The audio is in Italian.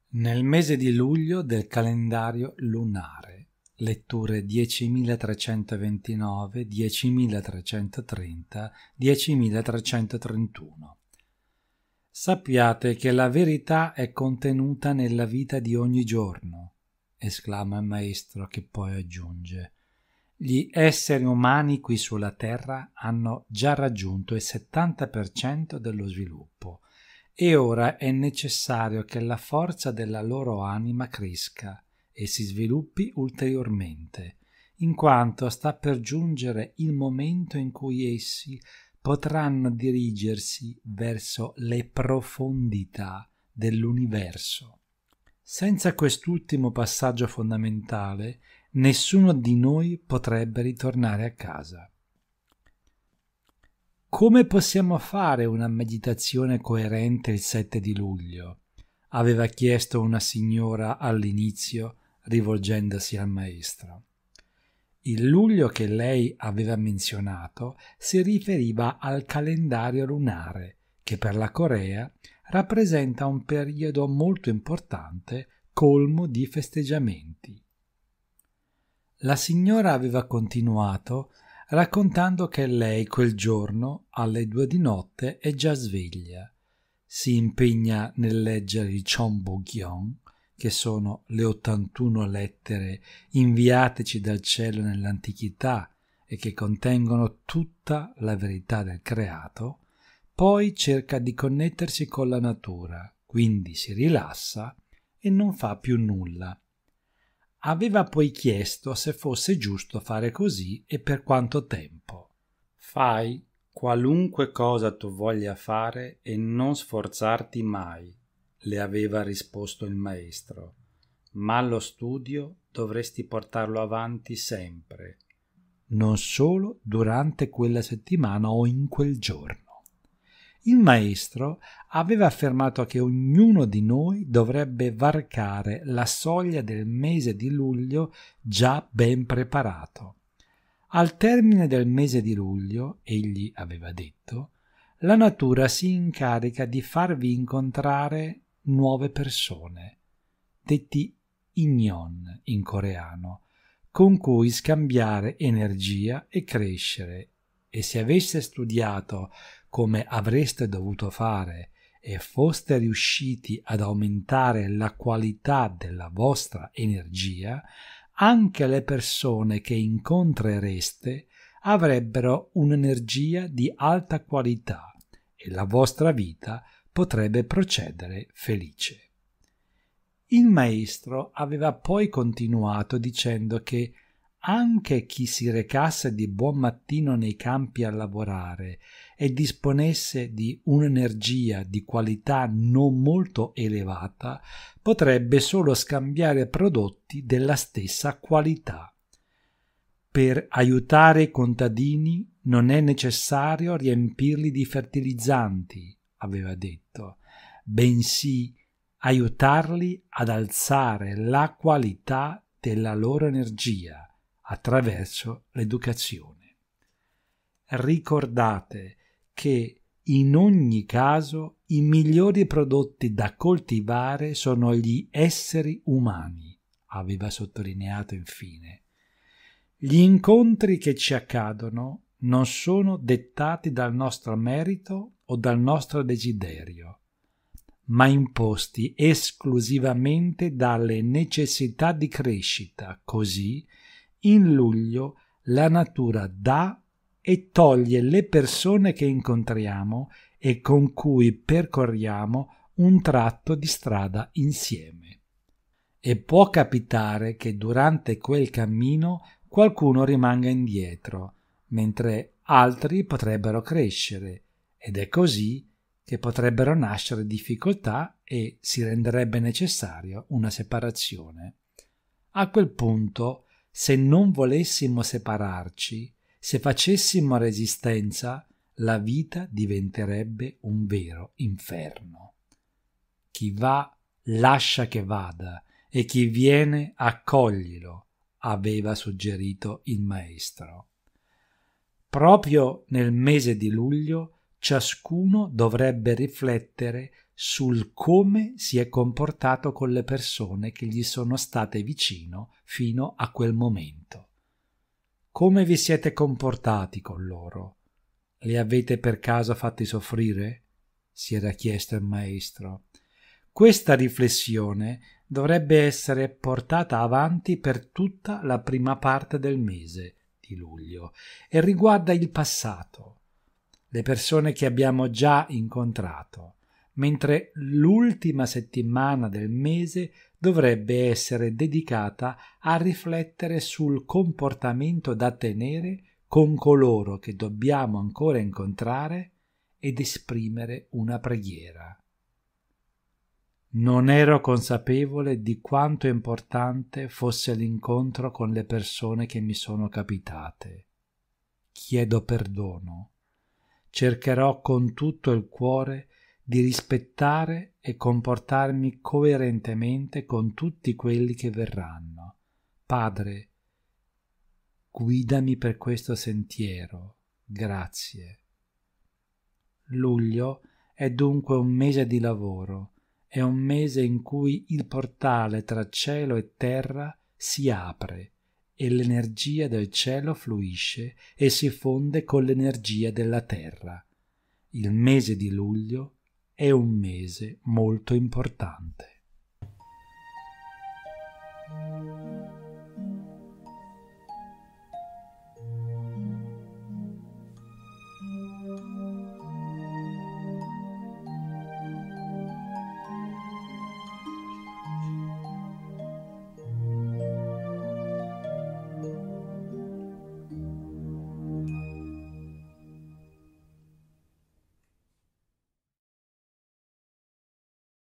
Nel mese di luglio del calendario lunare, letture 10.329, 10.330, 10.331. Sappiate che la verità è contenuta nella vita di ogni giorno, esclama il maestro, che poi aggiunge: gli esseri umani qui sulla terra hanno già raggiunto il 70% dello sviluppo e ora è necessario che la forza della loro anima cresca e si sviluppi ulteriormente, in quanto sta per giungere il momento in cui essi potranno dirigersi verso le profondità dell'universo. Senza quest'ultimo passaggio fondamentale, nessuno di noi potrebbe ritornare a casa. Come possiamo fare una meditazione coerente il 7 di luglio? Aveva chiesto una signora all'inizio, rivolgendosi al maestro. Il luglio che lei aveva menzionato si riferiva al calendario lunare, che per la Corea rappresenta un periodo molto importante, colmo di festeggiamenti. La signora aveva continuato raccontando che lei quel giorno alle 2 di notte è già sveglia, si impegna nel leggere il Cheonbokyeon, che sono le 81 lettere inviateci dal cielo nell'antichità e che contengono tutta la verità del creato, poi cerca di connettersi con la natura, quindi si rilassa e non fa più nulla. Aveva poi chiesto se fosse giusto fare così e per quanto tempo. Fai qualunque cosa tu voglia fare e non sforzarti mai, le aveva risposto il maestro, ma lo studio dovresti portarlo avanti sempre, non solo durante quella settimana o in quel giorno. Il maestro aveva affermato che ognuno di noi dovrebbe varcare la soglia del mese di luglio già ben preparato. Al termine del mese di luglio, egli aveva detto, la natura si incarica di farvi incontrare nuove persone, detti inyon in coreano, con cui scambiare energia e crescere, e se aveste studiato come avreste dovuto fare e foste riusciti ad aumentare la qualità della vostra energia, anche le persone che incontrereste avrebbero un'energia di alta qualità e la vostra vita potrebbe procedere felice. Il maestro aveva poi continuato dicendo che anche chi si recasse di buon mattino nei campi a lavorare e disponesse di un'energia di qualità non molto elevata, potrebbe solo scambiare prodotti della stessa qualità. Per aiutare i contadini non è necessario riempirli di fertilizzanti, aveva detto, bensì aiutarli ad alzare la qualità della loro energia attraverso l'educazione. Ricordate che in ogni caso i migliori prodotti da coltivare sono gli esseri umani, aveva sottolineato infine. Gli incontri che ci accadono non sono dettati dal nostro merito o dal nostro desiderio, ma imposti esclusivamente dalle necessità di crescita. Così, in luglio, la natura dà e toglie le persone che incontriamo e con cui percorriamo un tratto di strada insieme. E può capitare che durante quel cammino qualcuno rimanga indietro, mentre altri potrebbero crescere, ed è così che potrebbero nascere difficoltà e si renderebbe necessario una separazione. A quel punto, se non volessimo separarci, se facessimo resistenza, la vita diventerebbe un vero inferno. Chi va, lascia che vada, e chi viene, accoglilo, aveva suggerito il maestro. Proprio nel mese di luglio ciascuno dovrebbe riflettere sul come si è comportato con le persone che gli sono state vicino fino a quel momento. Come vi siete comportati con loro? Li avete per caso fatti soffrire? Si era chiesto il maestro. Questa riflessione dovrebbe essere portata avanti per tutta la prima parte del mese di luglio e riguarda il passato, le persone che abbiamo già incontrato, mentre l'ultima settimana del mese dovrebbe essere dedicata a riflettere sul comportamento da tenere con coloro che dobbiamo ancora incontrare ed esprimere una preghiera. Non ero consapevole di quanto importante fosse l'incontro con le persone che mi sono capitate. Chiedo perdono. Cercherò con tutto il cuore di rispettare e comportarmi coerentemente con tutti quelli che verranno. Padre, guidami per questo sentiero. Grazie. Luglio è dunque un mese di lavoro, è un mese in cui il portale tra cielo e terra si apre e l'energia del cielo fluisce e si fonde con l'energia della terra. Il mese di luglio è un mese molto importante.